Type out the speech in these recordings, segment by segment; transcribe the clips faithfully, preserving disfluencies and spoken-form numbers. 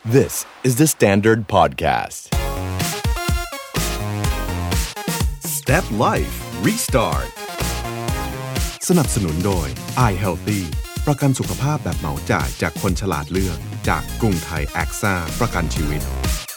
This is the Standard Podcast. Step Life Restart สนับสนุนโดย i Healthy ประกันสุขภาพแบบเหมาจ่ายจากคนฉลาดเลือกจากกรุงไทยแอ็กซ่าประกันชีวิต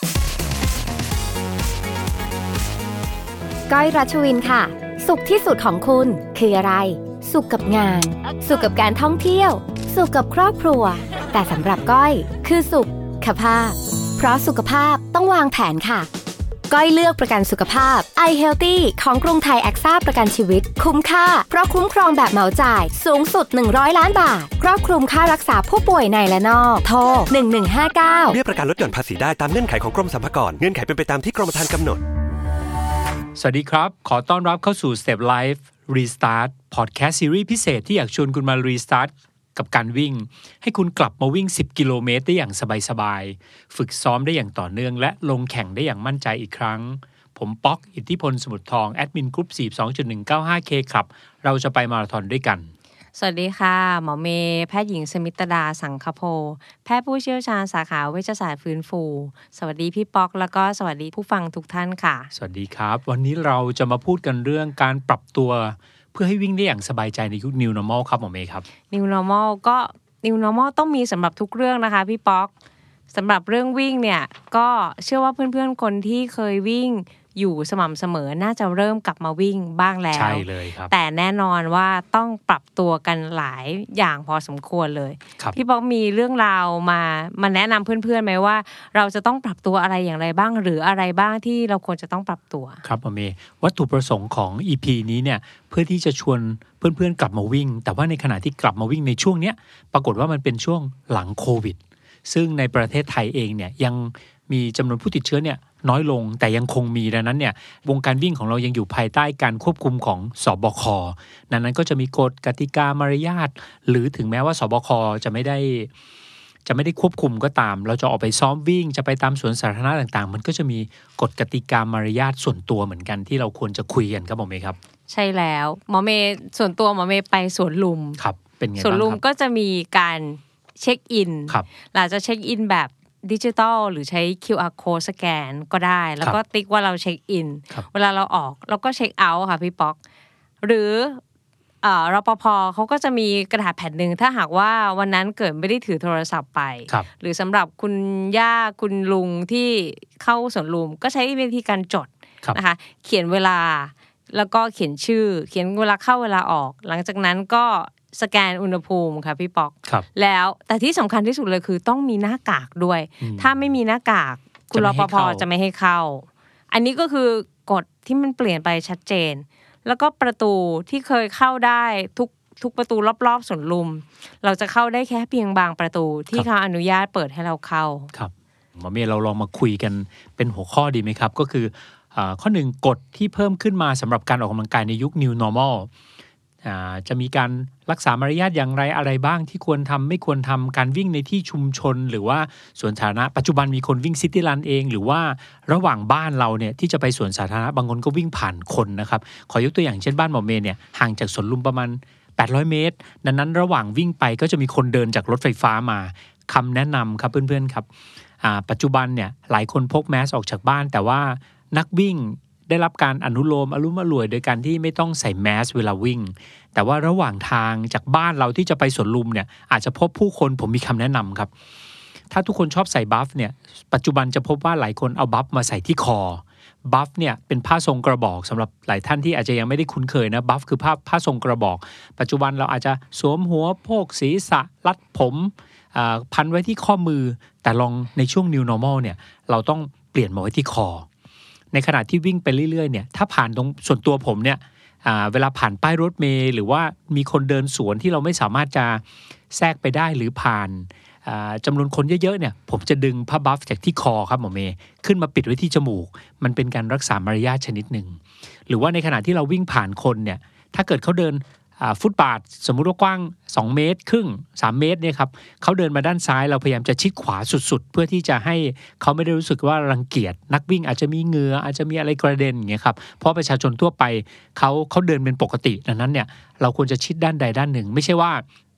ก้อยรัชวินค่ะสุขที่สุดของคุณคืออะไรสุขกับงานสุขกับการท่องเที่ยวสุขกับครอบครัวแต่สำหรับก้อยคือสุขภาพเพราะสุขภาพต้องวางแผนค่ะก้อยเลือกประกันสุขภาพ i Healthy ของกรุงไทยแอ็กซ่าประกันชีวิตคุ้มค่าเพราะคุ้มครองแบบเหมาจ่ายสูงสุดหนึ่งร้อยล้านบาทครอบคลุมค่ารักษาผู้ป่วยในและนอกโทรหนึ่งหนึ่งห้าเก้าเบี้ยประกันลดหย่อนภาษีได้ตามเงื่อนไขของกรมสรรพากรเงื่อนไขเป็นไปตามที่กรมธรรม์กำหนดสวัสดีครับขอต้อนรับเข้าสู่ Step Life Restart Podcast Series พิเศษที่อยากชวนคุณมา Restart กับการวิ่งให้คุณกลับมาวิ่งสิบกิโลเมตรได้อย่างสบายๆฝึกซ้อมได้อย่างต่อเนื่องและลงแข่งได้อย่างมั่นใจอีกครั้งผมป๊อกอิทธิพลสมุทรทองแอดมินกรุ๊ป สี่สิบสองจุดหนึ่งเก้าห้าเค ครับเราจะไปมาราธอนด้วยกันสวัสดีค่ะหมอเมย์แพทย์หญิงสมิตดาสังคโพแพทย์ผู้เชี่ยวชาญสาขาเวชศาสตร์ฟื้นฟูสวัสดีพี่ป๊อกแล้วก็สวัสดีผู้ฟังทุกท่านค่ะสวัสดีครับวันนี้เราจะมาพูดกันเรื่องการปรับตัวเพื่อให้วิ่งได้อย่างสบายใจในยุค New Normal ครับหมอเมย์ครับ New Normal ก็ New Normal ต้องมีสำหรับทุกเรื่องนะคะพี่ป๊อกสำหรับเรื่องวิ่งเนี่ยก็เชื่อว่าเพื่อนๆคนที่เคยวิ่งอยู่สม่ำเสมอน่าจะเริ่มกลับมาวิ่งบ้างแล้วใช่เลยครับแต่แน่นอนว่าต้องปรับตัวกันหลายอย่างพอสมควรเลยพี่ป๊อกมีเรื่องราวมามาแนะนำเพื่อนๆไหมว่าเราจะต้องปรับตัวอะไรอย่างไรบ้างหรืออะไรบ้างที่เราควรจะต้องปรับตัวครับอเมย์วัตถุประสงค์ของ อี พี นี้เนี่ยเพื่อที่จะชวนเพื่อนๆกลับมาวิ่งแต่ว่าในขณะที่กลับมาวิ่งในช่วงเนี้ยปรากฏว่ามันเป็นช่วงหลังโควิดซึ่งในประเทศไทยเองเนี่ยยังมีจำนวนผู้ติดเชื้อเนี่ยน้อยลงแต่ยังคงมีดังนั้นเนี่ยวงการวิ่งของเรายังอยู่ภายใต้การควบคุมของสบคดังนั้นก็จะมีกฎกติกามารยาทหรือถึงแม้ว่าสบคจะไม่ได้จะไม่ได้ควบคุมก็ตามเราจะออกไปซ้อมวิ่งจะไปตามสวนสาธารณะต่างๆมันก็จะมีกฎกติกามารยาทส่วนตัวเหมือนกันที่เราควรจะคุยกันครับหมอเมย์ครับใช่แล้วหมอเมย์ส่วนตัวหมอเมย์ไปสวนลุมครับเป็นไงบ้างครับสวนลุมก็จะมีการเช็คอินหลังจากเช็คอินแบบดิจิตอลหรือใช้ คิว อาร์ code สแกนก็ได้แล้วก็ติ๊กว่าเราเช็คอินเวลาเราออกเราก็เช็คเอาท์ค่ะพี่ป๊อกหรือเอ่อรปภเขาก็จะมีกระดาษแผ่นนึงถ้าหากว่าวันนั้นเกิดไม่ได้ถือโทรศัพท์ไปหรือสำหรับคุณย่าคุณลุงที่เข้าสวนลุมก็ใช้วิธีการจดนะคะเขียนเวลาแล้วก็เขียนชื่อเขียนเวลาเข้าเวลาออกหลังจากนั้นก็สแกนอุณหภูมิค่ะพี่ป๊อกแล้วแต่ที่สำคัญที่สุดเลยคือต้องมีหน้ากากด้วยถ้าไม่มีหน้ากากคุณรปภจะไม่ให้เข้าอันนี้ก็คือกฎที่มันเปลี่ยนไปชัดเจนแล้วก็ประตูที่เคยเข้าได้ทุกทุกประตูรอบๆสวนลุมเราจะเข้าได้แค่เพียงบางประตูที่เขาอนุญาตเปิดให้เราเข้าครับหมอเมย์เราลองมาคุยกันเป็นหัวข้อดีไหมครับก็คือข้อหนึ่งกฎที่เพิ่มขึ้นมาสำหรับการออกกำลังกายในยุค New Normalจะมีการรักษามารยาทอย่างไรอะไรบ้างที่ควรทำไม่ควรทำการวิ่งในที่ชุมชนหรือว่าสวนสาธารณะปัจจุบันมีคนวิ่งซิตี้รันเองหรือว่าระหว่างบ้านเราเนี่ยที่จะไปสวนสาธารณะบางคนก็วิ่งผ่านคนนะครับขอยกตัวอย่างเช่นบ้านหมอเมย์เนี่ยห่างจากสวนลุมประมาณแปดร้อยเมตรดังนั้นระหว่างวิ่งไปก็จะมีคนเดินจากรถไฟฟ้ามาคำแนะนำครับเพื่อนๆครับปัจจุบันเนี่ยหลายคนพกแมสออกจากบ้านแต่ว่านักวิ่งได้รับการอนุโลมอลุ่มอล่วยโดยการที่ไม่ต้องใส่แมสเวลาวิ่งแต่ว่าระหว่างทางจากบ้านเราที่จะไปสวนลุมเนี่ยอาจจะพบผู้คนผมมีคำแนะนำครับถ้าทุกคนชอบใส่บัฟเนี่ยปัจจุบันจะพบว่าหลายคนเอาบัฟมาใส่ที่คอบัฟเนี่ยเป็นผ้าทรงกระบอกสำหรับหลายท่านที่อาจจะยังไม่ได้คุ้นเคยนะบัฟคือผ้าผ้าทรงกระบอกปัจจุบันเราอาจจะสวมหัวโพกศีรษะรัดผมพันไว้ที่ข้อมือแต่ลองในช่วง New Normal เนี่ยเราต้องเปลี่ยนมาไว้ที่คอในขณะที่วิ่งไปเรื่อยๆเนี่ยถ้าผ่านตรงส่วนตัวผมเนี่ยเวลาผ่านป้ายรถเมล์หรือว่ามีคนเดินสวนที่เราไม่สามารถจะแทรกไปได้หรือผ่านจำนวนคนเยอะๆเนี่ยผมจะดึงผ้าบัฟจากที่คอครับหมอเมย์ขึ้นมาปิดไว้ที่จมูกมันเป็นการรักษามารยาทชนิดหนึ่งหรือว่าในขณะที่เราวิ่งผ่านคนเนี่ยถ้าเกิดเขาเดินฟุตบาทสมมุติว่ากว้างสองเมตรครึ่งสามเมตรเนี่ยครับเขาเดินมาด้านซ้ายเราพยายามจะชิดขวาสุดๆเพื่อที่จะให้เขาไม่ได้รู้สึกว่ารังเกียจนักวิ่งอาจจะมีเหงื่ออาจจะมีอะไรกระเด็นอย่างเงี้ยครับเพราะประชาชนทั่วไปเขาเขาเดินเป็นปกติดังนั้นเนี่ยเราควรจะชิดด้านใดด้านหนึ่งไม่ใช่ว่า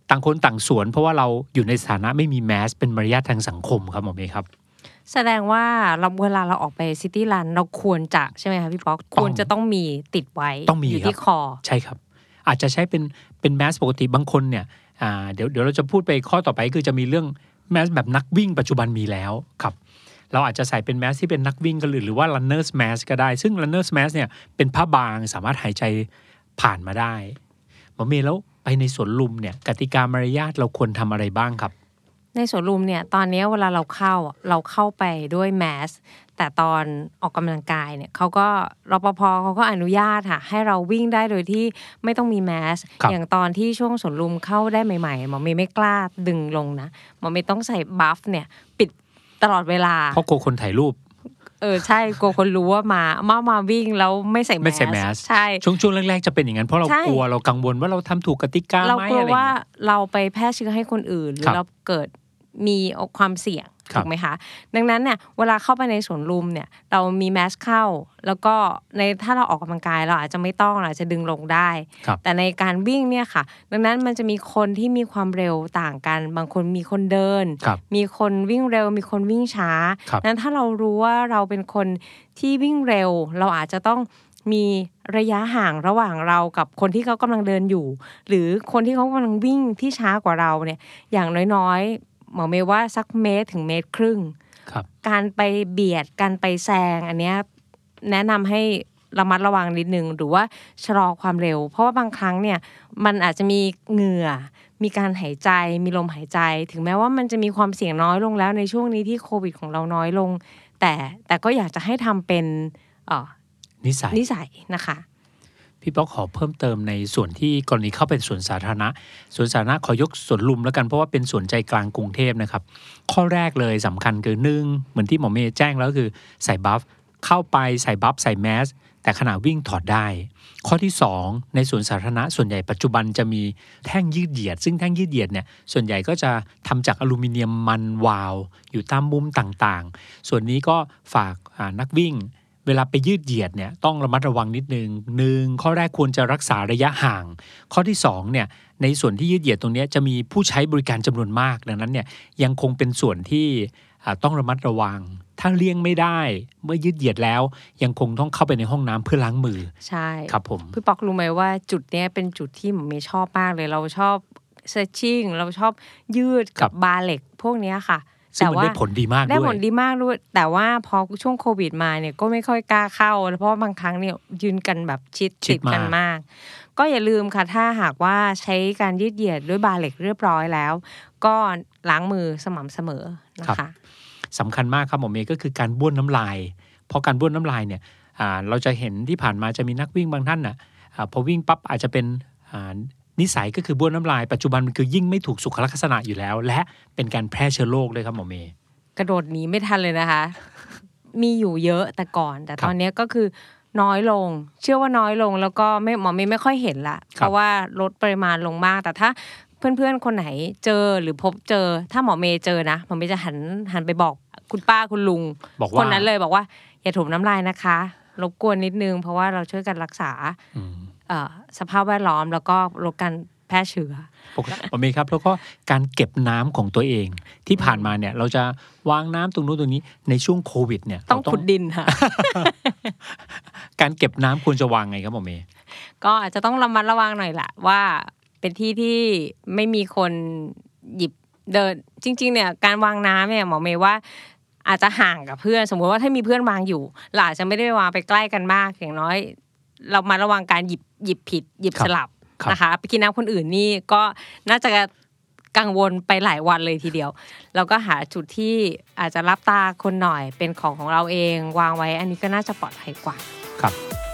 ต่างคนต่างสวนเพราะว่าเราอยู่ในสถานะไม่มีแมสเป็นมารยาททางสังคมครับหมอเมย์ครับแสดงว่าเราเวลาเราออกไปซิตี้รันเราควรจะใช่ไหมคะพี่ป๊อกควรจะต้องมีติดไว้อยู่ที่คอใช่ครับอาจจะใช้เป็นเป็นแมสปกติบางคนเนี่ยอ่าเดี๋ยวเดี๋ยวเราจะพูดไปข้อต่อไปคือจะมีเรื่องแมสแบบนักวิ่งปัจจุบันมีแล้วครับเราอาจจะใส่เป็นแมสที่เป็นนักวิ่งกันหรือว่า runner's mask ก็ได้ซึ่ง runner's mask เนี่ยเป็นผ้าบางสามารถหายใจผ่านมาได้หมอเมย์แล้วไปในสวนลุมเนี่ยกติกามารยาทเราควรทำอะไรบ้างครับในสวนลุมเนี่ยตอนนี้เวลาเราเข้าเราเข้าไปด้วยแมสแต่ตอนออกกำลังกายเนี่ยเขาก็รปภเขาก็อนุญาตค่ะให้เราวิ่งได้โดยที่ไม่ต้องมีแมสอย่างตอนที่ช่วงสวนลุมเข้าได้ใหม่ๆหมอเมย์ไม่กล้าดึงลงนะหมอเมย์ต้องใส่บัฟเนี่ยปิดตลอดเวลาเพราะกลัวคนถ่ายรูปเออใช่กลัวคนรู้ว่ามามามาวิ่งแล้วไม่ใส่แมสไม่ใส่แมสใช่ช่วงช่วงแรกๆจะเป็นอย่างนั้นเพราะเรากลัวเรากังวลว่าเราทำถูกกติกาไหมอะไรเรากลัวว่าเราไปแพร่เชื้อให้คนอื่นหรือเราเกิดมีความเสี่ยงถูกไหมคะดังนั้นเนี่ยเวลาเข้าไปในสวนลุมเนี่ยเรามีแมสเข้าแล้วก็ในถ้าเราออกกำลังกายเราอาจจะไม่ต้องอาจจะดึงลงได้แต่ในการวิ่งเนี่ยค่ะดังนั้นมันจะมีคนที่มีความเร็วต่างกันบางคนมีคนเดินมีคนวิ่งเร็วมีคนวิ่งช้านั้นถ้าเรารู้ว่าเราเป็นคนที่วิ่งเร็วเราอาจจะต้องมีระยะห่างระหว่างเรากับคนที่เขากำลังเดินอยู่หรือคนที่เขากำลังวิ่งที่ช้ากว่าเราเนี่ยอย่างน้อยหมอเมย์ว่าสักเมตรถึงเมตรครึ่งการไปเบียดการไปแซงอันเนี้ยแนะนำให้ระมัดระวังนิดนึงหรือว่าชะลอความเร็วเพราะว่าบางครั้งเนี่ยมันอาจจะมีเหงื่อมีการหายใจมีลมหายใจถึงแม้ว่ามันจะมีความเสี่ยงน้อยลงแล้วในช่วงนี้ที่โควิดของเราน้อยลงแต่แต่ก็อยากจะให้ทำเป็นเอ่อนิสัยนิสัยนะคะพี่ป๊อกขอเพิ่มเติมในส่วนที่กรณีเข้าไปสวนสาธารณะสวนสาธารณะขอยกสวนลุมแล้วกันเพราะว่าเป็นสวนใจกลางกรุงเทพนะครับข้อแรกเลยสำคัญคือหนึ่งเหมือนที่หมอเมย์แจ้งแล้วคือใส่บัฟเข้าไปใส่บัฟใส่แมสแต่ขณะวิ่งถอดได้ข้อที่สองในสวนสาธารณะส่วนใหญ่ปัจจุบันจะมีแท่งยืดเหยียดซึ่งแท่งยืดเหยียดเนี่ยส่วนใหญ่ก็จะทำจากอลูมิเนียมมันวาวอยู่ตามมุมต่างๆส่วนนี้ก็ฝากนักวิ่งเวลาไปยืดเหยียดเนี่ยต้องระมัดระวังนิดนึงหนึ่งข้อแรกควรจะรักษาระยะห่างข้อที่สองเนี่ยในส่วนที่ยืดเหยียดตรงนี้จะมีผู้ใช้บริการจำนวนมากดังนั้นเนี่ยยังคงเป็นส่วนที่ต้องระมัดระวังถ้าเลี่ยงไม่ได้เมื่อยืดเหยียดแล้วยังคงต้องเข้าไปในห้องน้ำเพื่อล้างมือใช่ครับผมพี่ป๊อกรู้ไหมว่าจุดนี้เป็นจุดที่ผมชอบมากเลยเราชอบสเตรชชิ่งเราชอบยืดกับบาร์เหล็กพวกนี้ค่ะแต่ว่าได้ผลดีมากด้วยได้ผลดีมากด้วยแต่ว่าพอช่วงโควิดมาเนี่ยก็ไม่ค่อยกล้าเข้าเพราะบางครั้งเนี่ยยืนกันแบบชิดติดกันมากก็อย่าลืมค่ะถ้าหากว่าใช้การยืดเหยียดด้วยบาร์เหล็กเรียบร้อยแล้วก็ล้างมือสม่ำเสมอนะคะสำคัญมากครับหมอเมย์ก็คือการบ้วนน้ำลายเพราะการบ้วนน้ำลายเนี่ยเราจะเห็นที่ผ่านมาจะมีนักวิ่งบางท่านน่ะพอวิ่งปั๊บอาจจะเป็นนิสัยก็คือบ้วนน้ำลายปัจจุบันมันคือยิ่งไม่ถูกสุขลักษณะอยู่แล้วและเป็นการแพร่เชื้อโรคเลยครับหมอเมย์กระโดดหนีไม่ทันเลยนะคะ มีอยู่เยอะแต่ก่อนแต่ตอนนี้ก็คือน้อยลงเชื่อว่าน้อยลงแล้วก็ไม่หมอเมย์ไม่ค่อยเห็นละเพราะว่าลดปริมาณลงมากแต่ถ้าเพื่อนๆคนไหนเจอหรือพบเจอถ้าหมอเมย์เจอนะหมอเมย์จะหันหันไปบอกคุณป้าคุณลุงคนนั้นเลยบอกว่าอย่าถมน้ำลายนะคะรบกวนนิดนึงเพราะว่าเราช่วยกันรักษาสภาพแวดล้อมแล้วก็ลดการแพร่เชื้อหมอเมย์ครับแล้วก็การเก็บน้ำของตัวเองที่ผ่านมาเนี่ยเราจะวางน้ำตรงนู้นตรงนี้ในช่วงโควิดเนี่ยต้องขุดดินค่ะการเก็บน้ำควรจะวางไงครับหมอเมย์ก็อาจจะต้องระมัดระวังหน่อยละว่าเป็นที่ที่ไม่มีคนหยิบเดินจริงๆเนี่ยการวางน้ำเนี่ยหมอเมย์ว่าอาจจะห่างกับเพื่อนสมมติว่าถ้ามีเพื่อนวางอยู่เราอาจจะไม่ได้วางไปใกล้กันมากอย่างน้อยเรามาระวังการหยิบหยิบผิดหยิบสลับนะคะไปกินน้ำคนอื่นนี่ก็น่าจะกังวลไปหลายวันเลยทีเดียวเราก็หาจุดที่อาจจะรับตาคนหน่อยเป็นของของเราเองวางไว้อันนี้ก็น่าจะปลอดภัยกว่าครับ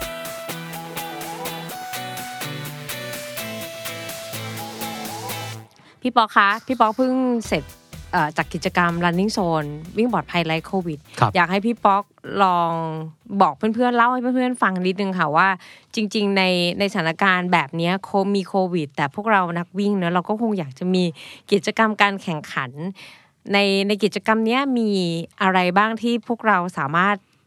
พี่ป๊อกคะพี่ป๊อกเพิ่งเสร็จจากกิจกรรม running zone วิ่งปลอดภัยไร้โควิดอยากให้พี่ป๊อกลองบอกเพื่อนๆเล่าให้เพื่อนๆฟังนิดนึงค่ะว่าจริงๆในในสถานการณ์แบบนี้มีโควิดแต่พวกเรานักวิ่งเนอะเราก็คงอยากจะมีกิจกรรมการแข่งขันในในกิจกรรมนี้มีอะไรบ้างที่พวกเราสามารถ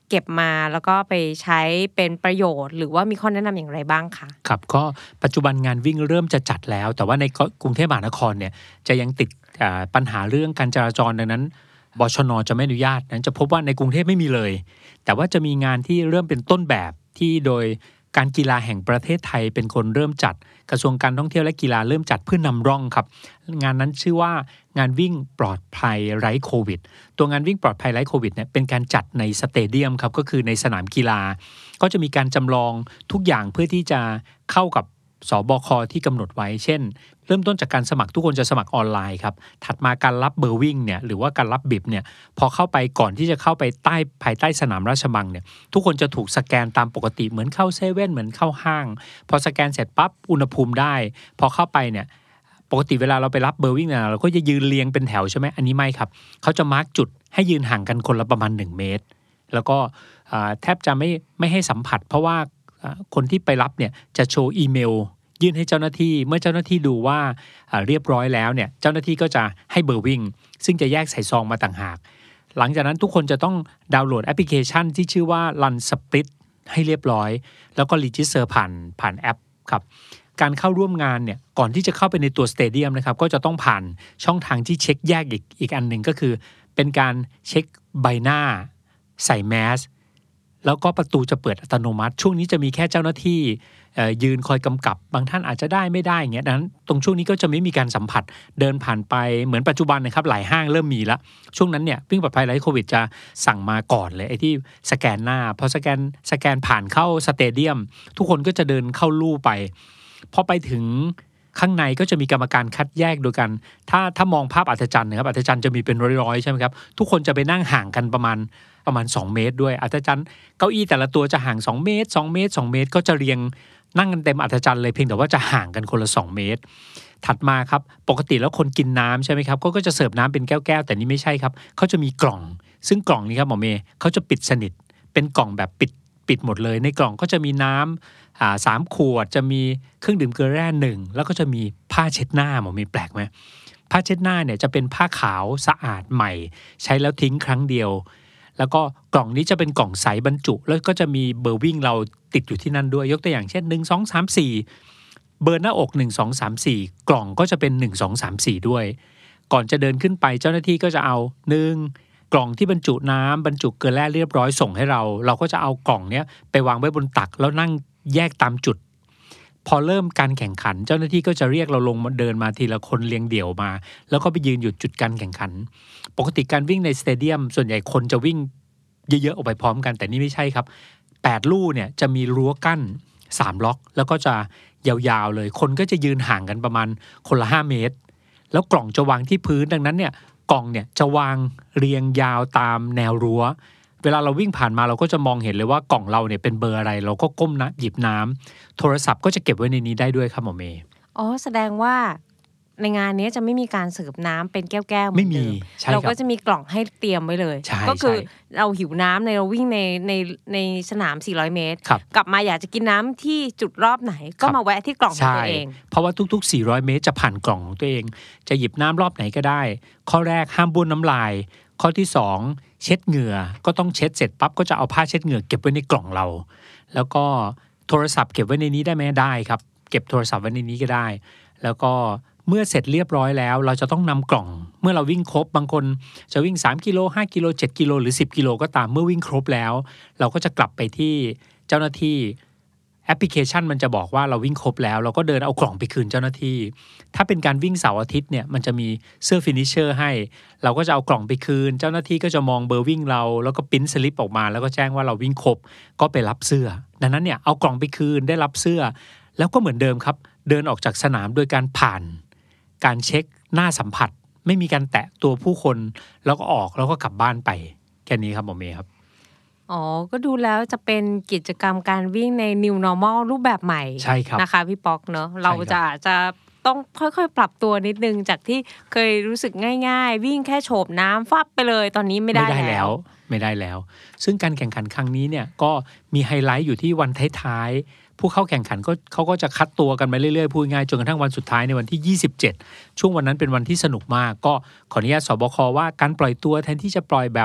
เก็บมาแล้วก็ไปใช้เป็นประโยชน์หรือว่ามีข้อแนะนำอย่างไรบ้างคะครับก็ปัจจุบันงานวิ่งเริ่มจะจัดแล้วแต่ว่าในกรุงเทพมหานครเนี่ยจะยังติดปัญหาเรื่องการจราจรดังนั้นบชน.จะไม่อนุญาตนั้นจะพบว่าในกรุงเทพไม่มีเลยแต่ว่าจะมีงานที่เริ่มเป็นต้นแบบที่โดยการกีฬาแห่งประเทศไทยเป็นคนเริ่มจัดกระทรวงการท่องเที่ยวและกีฬาเริ่มจัดเพื่อนำร่องครับงานนั้นชื่อว่างานวิ่งปลอดภัยไร้โควิดตัวงานวิ่งปลอดภัยไร้โควิดเนี่ยเป็นการจัดในสเตเดียมครับก็คือในสนามกีฬาก็จะมีการจำลองทุกอย่างเพื่อที่จะเข้ากับสบคที่กำหนดไว้เช่นเริ่มต้นจากการสมัครทุกคนจะสมัครออนไลน์ครับถัดมาการรับเบอร์วิ่งเนี่ยหรือว่าการรับบิบเนี่ยพอเข้าไปก่อนที่จะเข้าไปใต้ภายใต้สนามราชมังเนี่ยทุกคนจะถูกสแกนตามปกติเหมือนเข้าเซเว่นเหมือนเข้าห้างพอสแกนเสร็จปั๊บอุณหภูมิได้พอเข้าไปเนี่ยปกติเวลาเราไปรับเบอร์วิ่งเนี่ยเราก็จะยืนเรียงเป็นแถวใช่ไหมอันนี้ไม่ครับเขาจะมาร์กจุดให้ยืนห่างกันคนละประมาณหนึ่งเมตรแล้วก็แทบจะไม่ไม่ให้สัมผัสเพราะว่าคนที่ไปรับเนี่ยจะโชว์อีเมลยื่นให้เจ้าหน้าที่เมื่อเจ้าหน้าที่ดูว่าเรียบร้อยแล้วเนี่ยเจ้าหน้าที่ก็จะให้เบอร์วิ่งซึ่งจะแยกใส่ซองมาต่างหากหลังจากนั้นทุกคนจะต้องดาวน์โหลดแอปพลิเคชันที่ชื่อว่า Run Split ให้เรียบร้อยแล้วก็รีจิสเตอร์ผ่านผ่านแอปครับการเข้าร่วมงานเนี่ยก่อนที่จะเข้าไปในตัวสเตเดียมนะครับก็จะต้องผ่านช่องทางที่เช็คแยกอีกอีกอันหนึ่งก็คือเป็นการเช็คใบหน้าใส่แมสแล้วก็ประตูจะเปิดอัตโนมัติช่วงนี้จะมีแค่เจ้าหน้าที่ยืนคอยกำกับบางท่านอาจจะได้ไม่ได้อย่างเงี้ยดังนั้นตรงช่วงนี้ก็จะไม่มีการสัมผัสเดินผ่านไปเหมือนปัจจุบันนะครับหลายห้างเริ่มมีแล้วช่วงนั้นเนี่ยวิ่งปลอดภัยไร้โควิดจะสั่งมาก่อนเลยไอ้ที่สแกนหน้าพอสแกนสแกนผ่านเข้าสเตเดียมทุกคนก็จะเดินเข้าลู่ไปพอไปถึงข้างในก็จะมีกรรมการคัดแยกโดยกันถ้าถ้ามองภาพอัศจรรย์นะครับอัศจรรย์จะมีเป็นร้อยๆใช่ไหมครับทุกคนจะไปนั่งห่างกันประมาณประมาณสองเมตรด้วยอัศจรรย์เก้าอี้แต่ละตัวจะห่างสองเมตรสองเมตรสองเมตรก็จะเรียงนั่งกันเต็มอัศจรรย์เลยเพียงแต่ว่าจะห่างกันคนละสองเมตรถัดมาครับปกติแล้วคนกินน้ำใช่ไหมครับเขาก็จะเสิร์ฟน้ำเป็นแก้วๆแต่นี่ไม่ใช่ครับเขาจะมีกล่องซึ่งกล่องนี้ครับหมอเมย์เขาจะปิดสนิทเป็นกล่องแบบปิดปิดหมดเลยในกล่องก็จะมีน้ำอ่าสามขวดจะมีเครื่องดื่มเกลือแร่หนึ่งแล้วก็จะมีผ้าเช็ดหน้าหมอเมย์แปลกไหมผ้าเช็ดหน้าเนี่ยจะเป็นผ้าขาวสะอาดใหม่ใช้แล้วทิ้งครั้งเดียวแล้วก็กล่องนี้จะเป็นกล่องใสบรรจุแล้วก็จะมีเบอร์วิ่งเราติดอยู่ที่นั่นด้วยยกตัวอย่างเช่นหนึ่ง สอง สาม สี่เบอร์หน้าอกหนึ่ง สอง สาม สี่กล่องก็จะเป็นหนึ่ง สอง สาม สี่ด้วยก่อนจะเดินขึ้นไปเจ้าหน้าที่ก็จะเอาหนึ่งกล่องที่บรรจุน้ำบรรจุเกลือแร่เรียบร้อยส่งให้เราเราก็จะเอากล่องเนี้ยไปวางไว้บนตักแล้วนั่งแยกตามจุดพอเริ่มการแข่งขันเจ้าหน้าที่ก็จะเรียกเราลงมาเดินมาทีละคนเรียงเดี่ยวมาแล้วก็ไปยืนอยู่จุดการแข่งขันปกติการวิ่งในสเตเดียมส่วนใหญ่คนจะวิ่งเยอะๆออกไปพร้อมกันแต่นี่ไม่ใช่ครับแปดลู่เนี่ยจะมีรั้วกั้นสามล็อกแล้วก็จะยาวๆเลยคนก็จะยืนห่างกันประมาณคนละห้าเมตรแล้วกล่องจะวางที่พื้นดังนั้นเนี่ยกล่องเนี่ยจะวางเรียงยาวตามแนวรั้วเวลาเราวิ่งผ่านมาเราก็จะมองเห็นเลยว่ากล่องเราเนี่ยเป็นเบอร์อะไรเราก็ก้มนะหยิบน้ำโทรศัพท์ก็จะเก็บไว้ในนี้ได้ด้วยครับหมอเมย์อ๋อแสดงว่าในงานนี้จะไม่มีการเสิร์ฟน้ำเป็นแก้วๆเหมือนเดิมเราก็จะมีกล่องให้เตรียมไว้เลยก็คือเราหิวน้ำในเราวิ่งในในในสนามสี่ร้อยเมตรกลับมาอยากจะกินน้ำที่จุดรอบไหนก็มาแวะที่กล่องของตัวเองเพราะว่าทุกๆสี่ร้อยเมตรจะผ่านกล่องของตัวเองจะหยิบน้ำรอบไหนก็ได้ข้อแรกห้ามบ้วนน้ำลายข้อที่สองเช็ดเหงื่อก็ต้องเช็ดเสร็จปั๊บก็จะเอาผ้าเช็ดเหงื่อเก็บไว้ในกล่องเราแล้วก็โทรศัพท์เก็บไว้ในนี้ได้ไหมได้ครับเก็บโทรศัพท์ไว้ในนี้ก็ได้แล้วก็เมื่อเสร็จเรียบร้อยแล้วเราจะต้องนำกล่องเมื่อเราวิ่งครบบางคนจะวิ่งสามกิโลห้ากิโลเจ็ดกิโลหรือสิบกิโลก็ตามเมื่อวิ่งครบแล้วเราก็จะกลับไปที่เจ้าหน้าที่แอปพลิเคชันมันจะบอกว่าเราวิ่งครบแล้วเราก็เดินเอากล่องไปคืนเจ้าหน้าที่ถ้าเป็นการวิ่งเสาร์อาทิตย์เนี่ยมันจะมีเสื้อฟินิชเชอร์ให้เราก็จะเอากล่องไปคืนเจ้าหน้าที่ก็จะมองเบอร์วิ่งเราแล้วก็ปริ้นสลิปออกมาแล้วก็แจ้งว่าเราวิ่งครบก็ไปรับเสื้อดังนั้นเนี่ยเอากล่องไปคืนได้รับเสื้อแล้วก็เหมือนเดิมครับเดินออกจากสนามโดยการผ่านการเช็คหน้าสัมผัสไม่มีการแตะตัวผู้คนแล้วก็ออกแล้วก็กลับบ้านไปแค่นี้ครับหมอเมย์ครับอ๋อก็ดูแล้วจะเป็นกิจกรรมการวิ่งใน New Normal รูปแบบใหม่ใช่ครับนะคะพี่ป๊อกเนอะเราจะจะต้องค่อยๆปรับตัวนิดนึงจากที่เคยรู้สึกง่ายๆวิ่งแค่โฉบน้ำฟับไปเลยตอนนี้ไม่ได้แล้วไม่ได้แล้วซึ่งการแข่งขันครั้งนี้เนี่ยก็มีไฮไลท์อยู่ที่วันท้ายๆผู้เข้าแข่งขันก็เขาก็จะคัดตัวกันไปเรื่อยๆพูดง่ายจนกระทั่งวันสุดท้ายในวันที่ยี่สิบเจ็ดช่วงวันนั้นเป็นวันที่สนุกมากก็ขออนุญาตสบคว่าการปล่อยตัวแทนที่จะปล่อยแบบ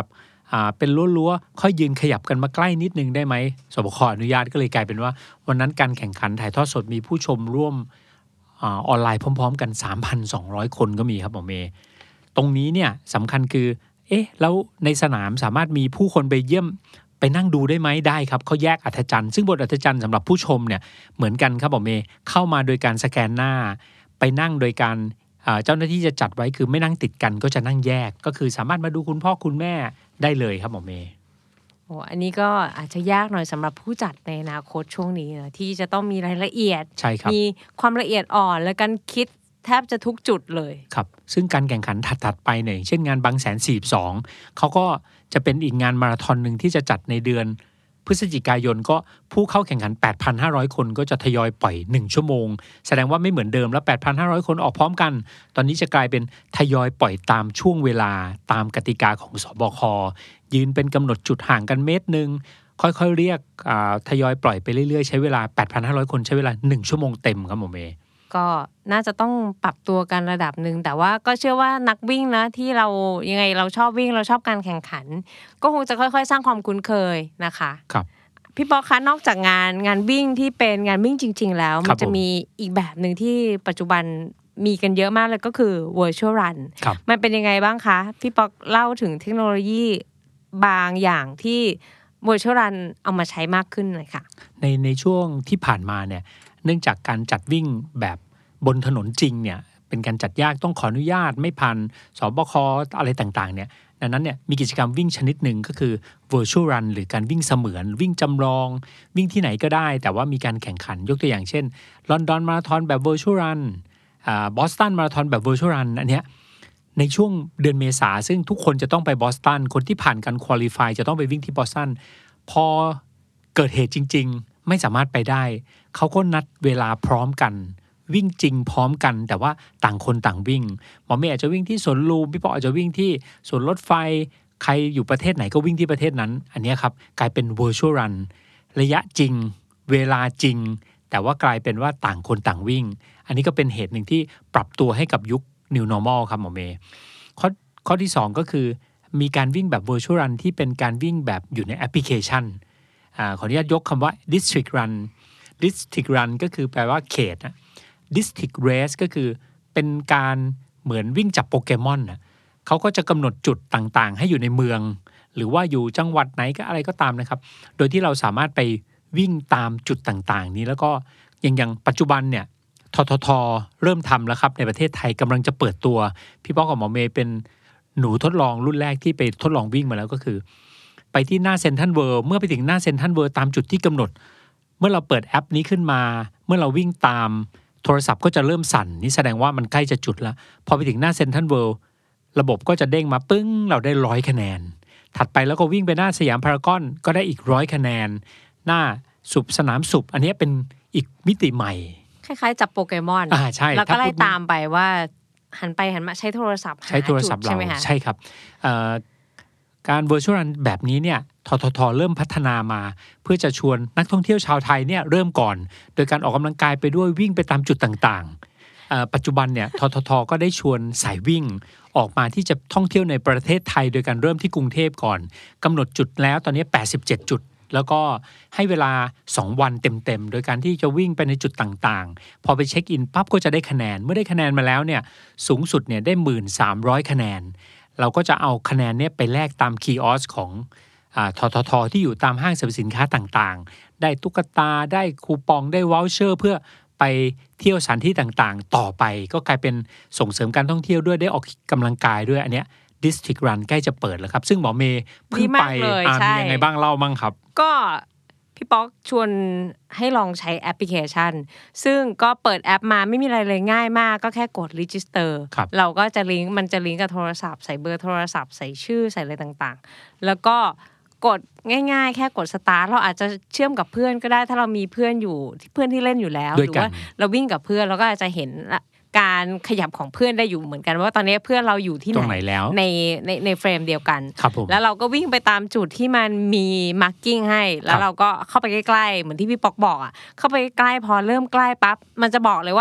อ่าเป็นรั้วๆค่อยยืนขยับกันมาใกล้นิดนึงได้ไหมสบคอนุญาตก็เลยกลายเป็นว่าวันนั้นการแข่งขันถ่ายทอดสดมีผู้ชมร่วมออนไลน์พร้อมๆกัน สามพันสองร้อย คนก็มีครับหมอเมย์ตรงนี้เนี่ยสำคัญคือเอ๊ะแล้วในสนามสามารถมีผู้คนไปเยี่ยมไปนั่งดูได้ไหมได้ครับเขาแยกอัธจันทร์ซึ่งบทอัธจันทร์สำหรับผู้ชมเนี่ยเหมือนกันครับหมอเมย์เข้ามาโดยการสแกนหน้าไปนั่งโดยการเจ้าหน้าที่จะจัดไว้คือไม่นั่งติดกันก็จะนั่งแยกก็คือสามารถมาดูคุณพ่อคุณแม่ได้เลยครับหมอเมย์โอ้อันนี้ก็อาจจะยากหน่อยสำหรับผู้จัดในอนาคตช่วงนี้นะที่จะต้องมีรายละเอียดใช่ครับมีความละเอียดอ่อนและการคิดแทบจะทุกจุดเลยครับซึ่งการแข่งขันถัดๆไปเนี่ยเช่นงานบางแสนสี่สิบสองเขาก็จะเป็นอีกงานมาราธอนนึงที่จะจัดในเดือนพฤศจิกายนก็ผู้เข้าแข่งขัน แปดพันห้าร้อย คนก็จะทยอยปล่อยหนึ่งชั่วโมงแสดงว่าไม่เหมือนเดิมแล้ว แปดพันห้าร้อย คนออกพร้อมกันตอนนี้จะกลายเป็นทยอยปล่อยตามช่วงเวลาตามกติกาของสบคยืนเป็นกำหนดจุดห่างกันเมตรนึงค่อยๆเรียกทยอยปล่อยไปเรื่อยๆใช้เวลา แปดพันห้าร้อย คนใช้เวลาหนึ่งชั่วโมงเต็มครับหมอเมย์ก็น่าจะต้องปรับตัวกันระดับหนึ่งแต่ว่าก็เชื่อว่านักวิ่งนะที่เรายังไงเราชอบวิ่งเราชอบการแข่งขันก็คงจะค่อยๆสร้างความคุ้นเคยนะคะครับพี่ป๊อกคะนอกจากงานงานวิ่งที่เป็นงานวิ่งจริงๆแล้วมันจะมีอีกแบบหนึ่งที่ปัจจุบันมีกันเยอะมากเลยก็คือ virtual run มันเป็นยังไงบ้างคะพี่ป๊อกเล่าถึงเทคโนโลยีบางอย่างที่ virtual run เอามาใช้มากขึ้นหน่อยค่ะในในช่วงที่ผ่านมาเนี่ยเนื่องจากการจัดวิ่งแบบบนถนนจริงเนี่ยเป็นการจัดยากต้องขออนุญาตไม่ผ่านสบคอะไรต่างๆเนี่ยดังนั้นเนี่ยมีกิจกรรมวิ่งชนิดหนึ่งก็คือ virtual run หรือการวิ่งเสมือนวิ่งจำลองวิ่งที่ไหนก็ได้แต่ว่ามีการแข่งขันยกตัวอย่างเช่นลอนดอนมาราธอนแบบ virtual run อ่าบอสตันมาราธอนแบบ virtual run อันเนี้ยในช่วงเดือนเมษาซึ่งทุกคนจะต้องไปบอสตันคนที่ผ่านการควอลิฟายจะต้องไปวิ่งที่บอสตันพอเกิดเหตุจริงๆไม่สามารถไปได้เขาก็นัดเวลาพร้อมกันวิ่งจริงพร้อมกันแต่ว่าต่างคนต่างวิ่งหมอเมย์อาจจะวิ่งที่สวนลุมพี่ปออาจจะวิ่งที่สวนรถไฟใครอยู่ประเทศไหนก็วิ่งที่ประเทศนั้นอันนี้ครับกลายเป็น virtual run ระยะจริงเวลาจริงแต่ว่ากลายเป็นว่าต่างคนต่างวิ่งอันนี้ก็เป็นเหตุหนึ่งที่ปรับตัวให้กับยุค new normal ครับหมอเมย์ข้อข้อที่สองก็คือมีการวิ่งแบบ virtual run ที่เป็นการวิ่งแบบอยู่ในแอปพลิเคชันอ่าขออนุญาตยกคำว่า district run district run ก็คือแปลว่าเขตนะ district race ก็คือเป็นการเหมือนวิ่งจับโปเกมอนนะเขาก็จะกำหนดจุดต่างๆให้อยู่ในเมืองหรือว่าอยู่จังหวัดไหนก็อะไรก็ตามนะครับโดยที่เราสามารถไปวิ่งตามจุดต่างๆนี้แล้วก็อย่างอย่างปัจจุบันเนี่ยททท.เริ่มทำแล้วครับในประเทศไทยกำลังจะเปิดตัวพี่ป๊อกกับหมอเมย์เป็นหนูทดลองรุ่นแรกที่ไปทดลองวิ่งมาแล้วก็คือไปที่หน้าเซ็นทรัลเวิลด์เมื่อไปถึงหน้าเซ็นทรัลเวิลด์ตามจุดที่กำหนดเมื่อเราเปิดแอปนี้ขึ้นมาเมื่อเราวิ่งตามโทรศัพท์ก็จะเริ่มสั่นนี่แสดงว่ามันใกล้จะจุดแล้วพอไปถึงหน้าเซ็นทรัลเวิลด์ระบบก็จะเด้งมาปึ้งเราได้ร้อยคะแนนถัดไปแล้วก็วิ่งไปหน้าสยามพารากอนก็ได้อีกร้อยคะแนนหน้าสุบสนามสุบอันนี้เป็นอีกมิติใหม่คล้ายๆจับโปเกมอนอ่าใช่แล้วก็ไล่ตามไปว่าหันไปหันมาใช้โทรศัพท์ใช้โทรศัพท์เราใช่ครับการ virtual run แบบนี้เนี่ยททท.เริ่มพัฒนามาเพื่อจะชวนนักท่องเที่ยวชาวไทยเนี่ยเริ่มก่อนโดยการออกกำลังกายไปด้วยวิ่งไปตามจุดต่างๆปัจจุบันเนี่ยททท.ก็ได้ชวนสายวิ่งออกมาที่จะท่องเที่ยวในประเทศไทยโดยการเริ่มที่กรุงเทพก่อนกำหนดจุดแล้วตอนนี้แปดสิบเจ็ดจุดแล้วก็ให้เวลาสองวันเต็มๆโดยการที่จะวิ่งไปในจุดต่างๆพอไปเช็คอินปั๊บก็จะได้คะแนนเมื่อได้คะแนนมาแล้วเนี่ยสูงสุดเนี่ยได้ หนึ่งพันสามร้อย คะแนนเราก็จะเอาคะแนนนี้ไปแลกตามคีออสของททท.ที่อยู่ตามห้างสรรพสินค้าต่างๆได้ตุ๊กตาได้คูปองได้วอลเชอร์เพื่อไปเที่ยวสถานที่ต่างๆต่อไปก็กลายเป็นส่งเสริมการท่องเที่ยวด้วยได้ออกกำลังกายด้วยอันเนี้ย District Run ใกล้จะเปิดแล้วครับซึ่งหมอเมย์เพิ่งไปอ่ามียังไงบ้างเล่ามั่งครับก็พี่ป๊อกชวนให้ลองใช้แอปพลิเคชันซึ่งก็เปิดแอปมาไม่มีอะไรเลยง่ายมากก็แค่กด register เราก็จะลิงก์มันจะลิงก์กับโทรศัพท์ใส่เบอร์โทรศัพท์ใส่ชื่อใส่อะไรต่างๆแล้วก็กดง่ายๆแค่กด start เราอาจจะเชื่อมกับเพื่อนก็ได้ถ้าเรามีเพื่อนอยู่เพื่อนที่เล่นอยู่แล้วหรือว่าเราวิ่งกับเพื่อนเราก็อาจจะเห็นการขยับของเพื่อนได้อยู่เหมือนกันว่าตอนนี้เพื่อนเราอยู่ที่ไหนในในในเฟรมเดียวกันแล้วเราก็วิ่งไปตามจุดที่มันมีมาร์กิ้งให้แล้วเราก็เข้าไปใกล้ๆเหมือนที่พี่ป๊อกบอกอ่ะเข้าไปใกล้พอเริ่มใกล้ปั๊บมันจะบอกเลยว่า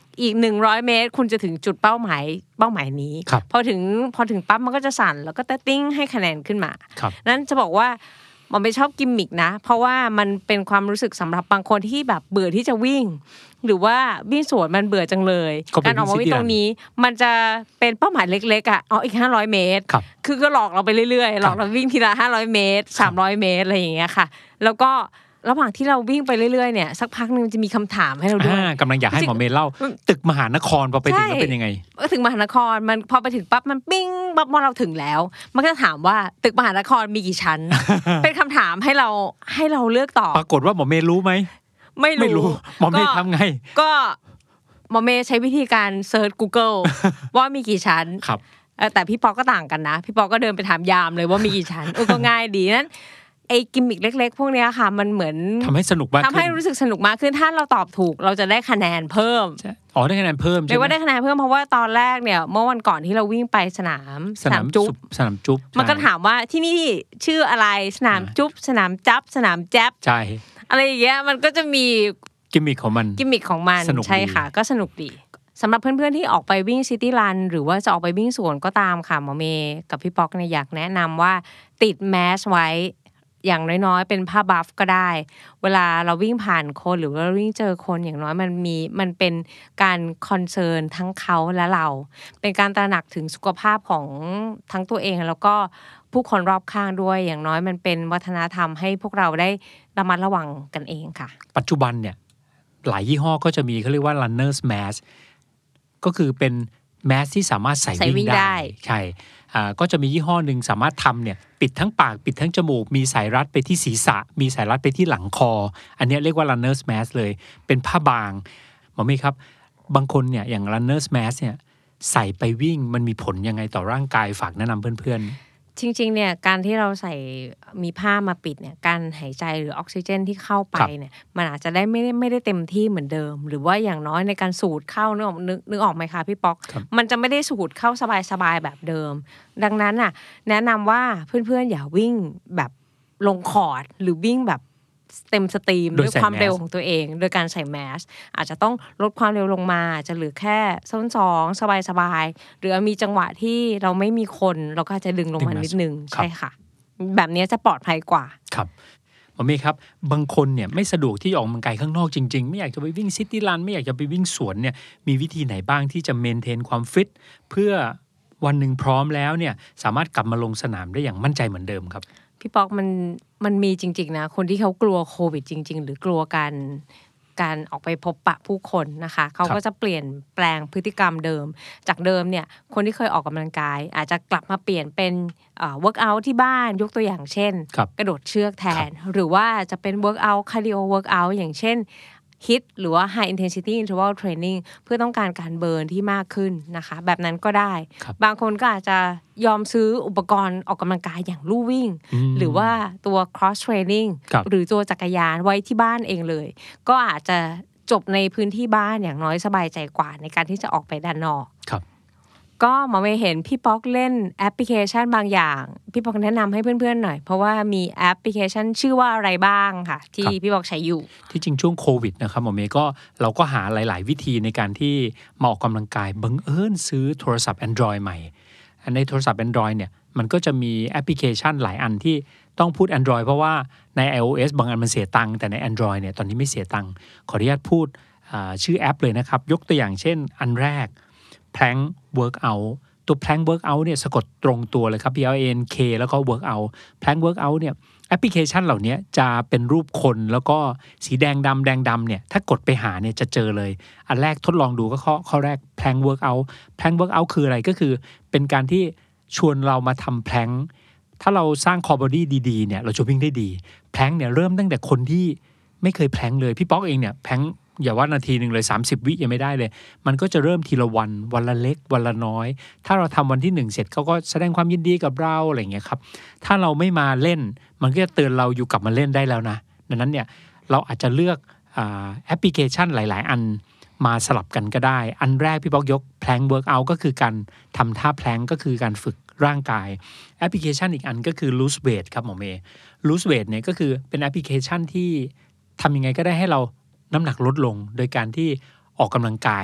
อีกหนึ่งร้อยเมตรคุณจะถึงจุดเป้าหมายเป้าหมายนี้พอถึงพอถึงปั๊บมันก็จะสั่นแล้วก็ติ้งให้คะแนนขึ้นมานั้นจะบอกว่ามันไม่ชอบกิมมิกนะเพราะว่ามันเป็นความรู้สึกสำหรับบางคนที่แบบเบื่อที่จะวิ่งหรือว่าวิ่งสวนมันเบื่อจังเลยการออกมาวิ่งตรงนี้มันจะเป็นเป้าหมายเล็กๆอ่ะอ๋ออีกห้าร้อยเมตรคือก็หลอกเราไปเรื่อยๆหลอกเราวิ่งทีละห้าร้อยเมตรสามร้อยเมตรอะไรอย่างเงี้ยค่ะแล้วก็ระหว่างที่เราวิ่งไปเรื่อยๆเนี่ยสักพักนึงจะมีคำถามให้เราด้วยกำลังอยากให้หมอเมย์เล่าตึกมหานครพอไปถึงแล้วเป็นยังไงถึงมหานครมันพอไปถึงปั๊บมันปิ้งปั๊บพอเราถึงแล้วมันก็จะถามว่าตึกมหานครมีกี่ชั้น เป็นคำถามให้เราให้เราเลือกตอบปรากฏว่าหมอเมย์รู้ไหมไม่รู้หมอเมย์ทำไงก็หมอเมย์ใช้วิธีการเซิร์ช Google ว่ามีกี่ชั้นแต่พี่ปอก็ต่างกันนะพี่ปอก็เดินไปถามยามเลยว่ามีกี่ชั้นเออก็ง่ายดีนั้นไอ้กิมมิกเล็กๆพวกนี้ค่ะมันเหมือนทำให้สนุกมากทำให้รู้สึกสนุกมากขึ้นถ้าเราตอบถูกเราจะได้คะแนนเพิ่มอ๋อได้คะแนนเพิ่มใช่ไหมเรียกว่าได้คะแนนเพิ่มเพราะว่าตอนแรกเนี่ยเมื่อวันก่อนที่เราวิ่งไปสนามสนามจุ๊บสนามจุ๊บมันก็ถามว่าที่นี่ชื่ออะไรสนามจุ๊บสนามจับสนามแจ๊บใช่อะไรอย่างเงี้ยมันก็จะมีกิมมิคของมันกิมมิคของมันใช่ค่ะก็สนุกดีสำหรับเพื่อนๆที่ออกไปวิ่งซิตี้รันหรือว่าจะออกไปวิ่งสวนก็ตามค่ะหมอเมย์กับพี่ป๊อกเนี่ยอยากแนะนำว่าติดแมสไว้อย่างน้อยๆเป็นผ้าบัฟก็ได้เวลาเราวิ่งผ่านคนหรือว่าวิ่งเจอคนอย่างน้อยมันมีมันเป็นการคอนเซิร์นทั้งเขาและเราเป็นการตระหนักถึงสุขภาพของทั้งตัวเองแล้วก็ผู้คนรอบข้างด้วยอย่างน้อยมันเป็นวัฒนธรรมให้พวกเราได้ระมัดระวังกันเองค่ะปัจจุบันเนี่ยหลายยี่ห้อก็จะมีเขาเรียกว่า runners mask ก็คือเป็นแมสที่สามารถใส่วิ่งได้ใช่อ่าก็จะมียี่ห้อหนึ่งสามารถทำเนี่ยปิดทั้งปากปิดทั้งจมูกมีสายรัดไปที่ศีรษะมีสายรัดไปที่หลังคออันนี้เรียกว่า runners mask เลยเป็นผ้าบางหมอเมย์ครับบางคนเนี่ยอย่าง runners mask เนี่ยใส่ไปวิ่งมันมีผลยังไงต่อร่างกายฝากแนะนำเพื่อนๆจริงๆเนี่ยการที่เราใส่มีผ้ามาปิดเนี่ยการหายใจหรือออกซิเจนที่เข้าไปเนี่ยมันอาจจะได้ไม่ได้ไม่ได้เต็มที่เหมือนเดิมหรือว่าอย่างน้อยในการสูดเข้านึกออกนึกนึกออกไหมคะพี่ป๊อกมันจะไม่ได้สูดเข้าสบายๆแบบเดิมดังนั้นน่ะแนะนำว่าเพื่อนๆอย่าวิ่งแบบลงคอร์ดหรือวิ่งแบบเต็มสตรีมด้วยความเร็วของตัวเองโดยการใส่แมสอาจจะต้องลดความเร็วลงมาจะเหลือแค่ส้นสองสบายๆหรือมีจังหวะที่เราไม่มีคนเราก็จะดึงลงมานิดนึงใช่ค่ะแบบนี้จะปลอดภัยกว่าครับหมอเมย์ครับบางคนเนี่ยไม่สะดวกที่ออกกำลังกายข้างนอกจริงๆไม่อยากจะไปวิ่งซิตี้รันไม่อยากจะไปวิ่งสวนเนี่ยมีวิธีไหนบ้างที่จะเมนเทนความฟิตเพื่อวันหนึ่งพร้อมแล้วเนี่ยสามารถกลับมาลงสนามได้อย่างมั่นใจเหมือนเดิมครับพี่ป๊อกมันมันมีจริงๆนะคนที่เขากลัวโควิดจริงๆหรือกลัวการการออกไปพบปะผู้คนนะคะเขาก็จะเปลี่ยนแปลงพฤติกรรมเดิมจากเดิมเนี่ยคนที่เคยออกกำลังกายอาจจะกลับมาเปลี่ยนเป็นเอ่อเวิร์กอัลที่บ้านยกตัวอย่างเช่นกระโดดเชือกแทนหรือว่าจะเป็นเวิร์กอัลคาร์ดิโอเวิร์กอัลอย่างเช่นฮิตหรือว่า high intensity interval training เพื่อต้องการการเบิร์นที่มากขึ้นนะคะแบบนั้นก็ได้บางคนก็อาจจะยอมซื้ออุปกรณ์ออกกำลังกายอย่างลู่วิ่งหรือว่าตัว cross training หรือตัวจักรยานไว้ที่บ้านเองเลยก็อาจจะจบในพื้นที่บ้านอย่างน้อยสบายใจกว่าในการที่จะออกไปด้านนอกก็หมอเมย์เห็นพี่ป๊อกเล่นแอปพลิเคชันบางอย่างพี่ป๊อกแนะนำให้เพื่อนๆหน่อยเพราะว่ามีแอปพลิเคชันชื่อว่าอะไรบ้างค่ะที่พี่ป๊อกใช้อยู่ที่จริงช่วงโควิดนะครับหมอเมย์ก็เราก็หาหลายๆวิธีในการที่มาออกกำลังกายบังเอิญซื้อโทรศัพท์ Android ใหม่ในโทรศัพท์ Android เนี่ยมันก็จะมีแอปพลิเคชันหลายอันที่ต้องพูด Android เพราะว่าใน iOS บางอันมันเสียตังค์แต่ใน Android เนี่ยตอนนี้ไม่เสียตังค์ขออนุญาตพูดชื่อแอปเลยนะครับยกตัวอย่างเช่นอันแรก Plank Workoutตัว Plank Workout เนี่ยสะกดตรงตัวเลยครับ P L A N K แล้วก็ Workout Plank Workout เนี่ยแอปพลิเคชันเหล่านี้จะเป็นรูปคนแล้วก็สีแดงดำแดงดำเนี่ยถ้ากดไปหาเนี่ยจะเจอเลยอันแรกทดลองดูก็ข้อข้อแรก Plank Workout Plank Workout คืออะไรก็คือเป็นการที่ชวนเรามาทำ Plank ถ้าเราสร้าง core body ดีๆเนี่ยเราจะวิ่งได้ดี Plank เนี่ยเริ่มตั้งแต่คนที่ไม่เคย Plank เลยพี่ป๊อกเองเนี่ย Plankอย่าว่านาทีหนึ่งเลยสามสิบวิยังไม่ได้เลยมันก็จะเริ่มทีละวันวันละเล็กวันละน้อยถ้าเราทำวันที่หนึ่งเสร็จเขาก็แสดงความยินดีกับเราอะไรอย่างเงี้ยครับถ้าเราไม่มาเล่นมันก็จะเตือนเราอยู่กลับมาเล่นได้แล้วนะดังนั้นเนี่ยเราอาจจะเลือกแอปพลิเคชันหลายๆอันมาสลับกันก็ได้อันแรกพี่ป๊อกยก Plank Workout ก็คือการทำท่า Plank ก็คือการฝึกร่างกายแอปพลิเคชันอีกอันก็คือ Lose Weight ครับหมอเมย์ Lose Weight เนี่ยก็คือเป็นแอปพลิเคชันที่ทำยังไงก็ได้ให้เราน้ำหนักลดลงโดยการที่ออกกำลังกาย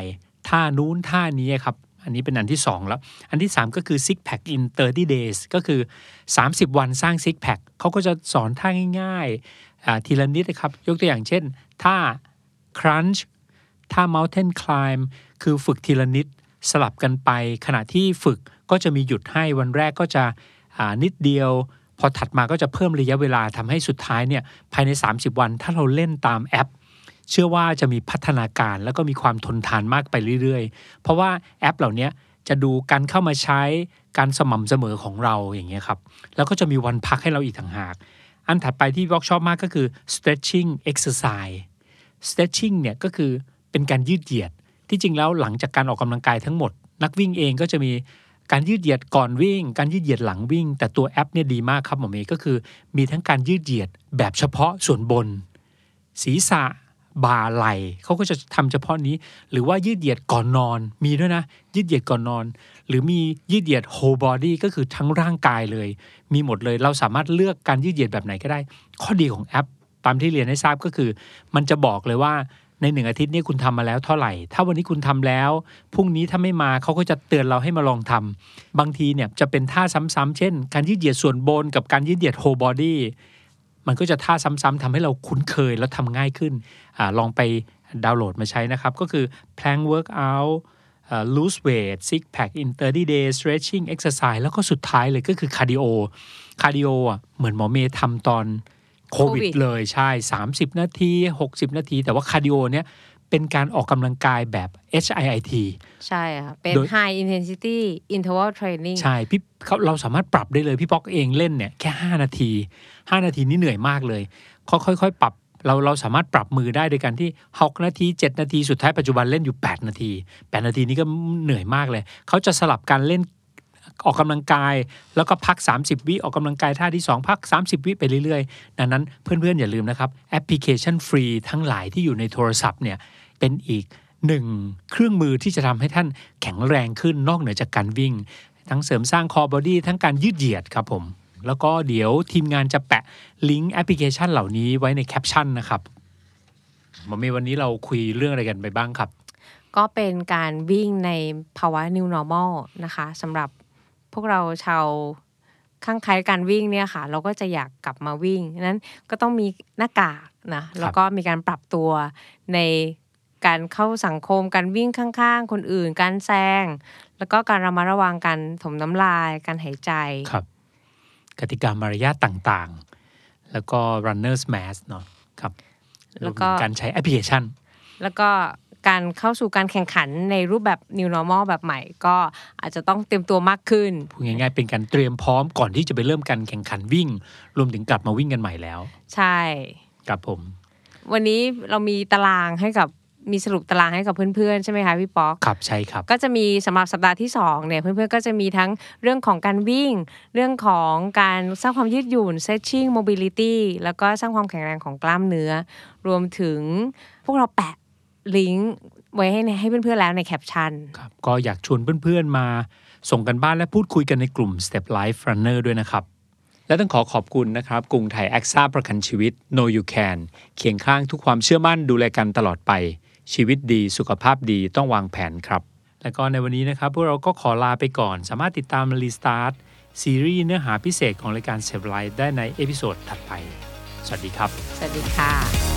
ท่านู้นท่านี้ครับอันนี้เป็นอันที่สองแล้วอันที่สามก็คือ six pack in thirty days ก็คือสามสิบวันสร้าง six pack เขาก็จะสอนท่าง่ายๆทีละนิดนะครับยกตัวอย่างเช่นท่า crunch ท่า mountain climb คือฝึกทีละนิดสลับกันไปขณะที่ฝึกก็จะมีหยุดให้วันแรกก็จะนิดเดียวพอถัดมาก็จะเพิ่มระยะเวลาทำให้สุดท้ายเนี่ยภายในสามสิบวันถ้าเราเล่นตามแอปเชื่อว่าจะมีพัฒนาการแล้วก็มีความทนทานมากไปเรื่อยๆเพราะว่าแอปเหล่านี้จะดูการเข้ามาใช้การสม่ำเสมอของเราอย่างเงี้ยครับแล้วก็จะมีวันพักให้เราอีกต่างหากอันถัดไปที่บอกชอบมากก็คือ stretching exercise stretching เนี่ยก็คือเป็นการยืดเหยียดที่จริงแล้วหลังจากการออกกำลังกายทั้งหมดนักวิ่งเองก็จะมีการยืดเหยียดก่อนวิ่งการยืดเหยียดหลังวิ่งแต่ตัวแอปเนี่ยดีมากครับหมอเมย์ก็คือมีทั้งการยืดเหยียดแบบเฉพาะส่วนบนศีรษะบ่าไหล่เขาก็จะทำเฉพาะนี้หรือว่ายืดเหยียดก่อนนอนมีด้วยนะยืดเหยียดก่อนนอนหรือมียืดเหยียด whole body ก็คือทั้งร่างกายเลยมีหมดเลยเราสามารถเลือกการยืดเหยียดแบบไหนก็ได้ข้อดีของแอปตามที่เรียนให้ทราบก็คือมันจะบอกเลยว่าในหนึ่งอาทิตย์นี้คุณทำมาแล้วเท่าไหร่ถ้าวันนี้คุณทำแล้วพรุ่งนี้ถ้าไม่มาเขาก็จะเตือนเราให้มาลองทำบางทีเนี่ยจะเป็นท่าซ้ำๆเช่นการยืดเหยียดส่วนบนกับการยืดเหยียด whole body มันก็จะท่าซ้ำๆทำให้เราคุ้นเคยแล้วทำง่ายขึ้นอลองไปดาวน์โหลดมาใช้นะครับก็คือ plank workout lose weight six pack in thirty days stretching exercise แล้วก็สุดท้ายเลยก็คือคาร์ดิโอคาร์ดิโออ่ะเหมือนหมอเมย์ทำตอนโควิดเลยใช่สามสิบนาทีหกสิบนาทีแต่ว่าคาร์ดิโอเนี่ยเป็นการออกกำลังกายแบบ เอช ไอ ไอ ทีใช่ค่ะเป็น high intensity interval training ใช่พี่เราสามารถปรับได้เลยพี่ป๊อกเองเล่นเนี่ยแค่ห้านาทีห้านาทีนี่เหนื่อยมากเลยค่อยๆปรับเราเราสามารถปรับมือได้โดยการที่หกนาทีเจ็ดนาทีสุดท้ายปัจจุบันเล่นอยู่แปดนาทีแปดนาทีนี้ก็เหนื่อยมากเลยเขาจะสลับการเล่นออกกำลังกายแล้วก็พักสามสิบวิออกกำลังกายท่าที่สองพักสามสิบวิไปเรื่อยๆดังนั้นเพื่อนๆอย่าลืมนะครับแอปพลิเคชันฟรีทั้งหลายที่อยู่ในโทรศัพท์เนี่ยเป็นอีกหนึ่งเครื่องมือที่จะทำให้ท่านแข็งแรงขึ้นนอกเหนือจากการวิ่งทั้งเสริมสร้างคอบอดี้ทั้งการยืดเหยียดครับผมแล้วก็เดี๋ยวทีมงานจะแปะลิงก์แอปพลิเคชันเหล่านี้ไว้ในแคปชั่นนะครับหมอเมย์วันนี้เราคุยเรื่องอะไรกันไปบ้างครับก็เป็นการวิ่งในภาวะ New Normal นะคะสำหรับพวกเราชาวข้างใครการวิ่งเนี่ยค่ะเราก็จะอยากกลับมาวิ่งนั้นก็ต้องมีหน้ากากนะแล้วก็มีการปรับตัวในการเข้าสังคมการวิ่งข้างๆคนอื่นการแซงแล้วก็การระมัดระวังการถมน้ำลายการหายใจครับกติกามารยาทต่างๆแล้วก็ runner's mask เนาะครับแล้วก็การใช้แอปพลิเคชันแล้วก็การเข้าสู่การแข่งขันในรูปแบบ New Normal แบบใหม่ก็อาจจะต้องเตรียมตัวมากขึ้นพูดง่ายๆเป็นการเตรียมพร้อมก่อนที่จะไปเริ่มการแข่งขันวิ่งรวมถึงกลับมาวิ่งกันใหม่แล้วใช่ครับผมวันนี้เรามีตารางให้กับมีสรุปตารางให้กับเพื่อนๆใช่ไหมคะพี่ป๊อกครับใช่ครับก็จะมีสำหรับสัปดาห์ที่สองเนี่ยเพื่อนๆก็จะมีทั้งเรื่องของการวิ่งเรื่องของการสร้างความยืดหยุ่น stretching mobility แล้วก็สร้างความแข็งแรงของกล้ามเนื้อรวมถึงพวกเราแปะลิงก์ไว้ให้ให้เพื่อนๆแล้วในแคปชั่นครับก็อยากชวนเพื่อนๆมาส่งกันบ้านและพูดคุยกันในกลุ่ม Step Life Runner ด้วยนะครับและต้องขอขอบคุณนะครับกรุงไทยแอคซ่าประกันชีวิต Know You Can เคียงข้างทุกความเชื่อมั่นดูแลกันตลอดไปชีวิตดีสุขภาพดีต้องวางแผนครับและก็ในวันนี้นะครับพวกเราก็ขอลาไปก่อนสามารถติดตาม Restart ซีรีส์เนื้อหาพิเศษของรายการ Step Life ได้ในเอพิโซดถัดไปสวัสดีครับสวัสดีค่ะ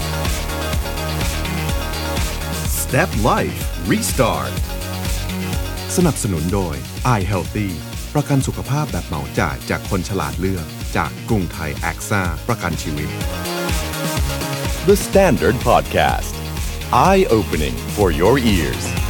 Step Life Restart สนับสนุนโดย i Healthy ประกันสุขภาพแบบเหมาจ่ายจากคนฉลาดเลือกจากกรุงไทยแอคซ่าประกันชีวิต The Standard Podcast Eye Opening for your ears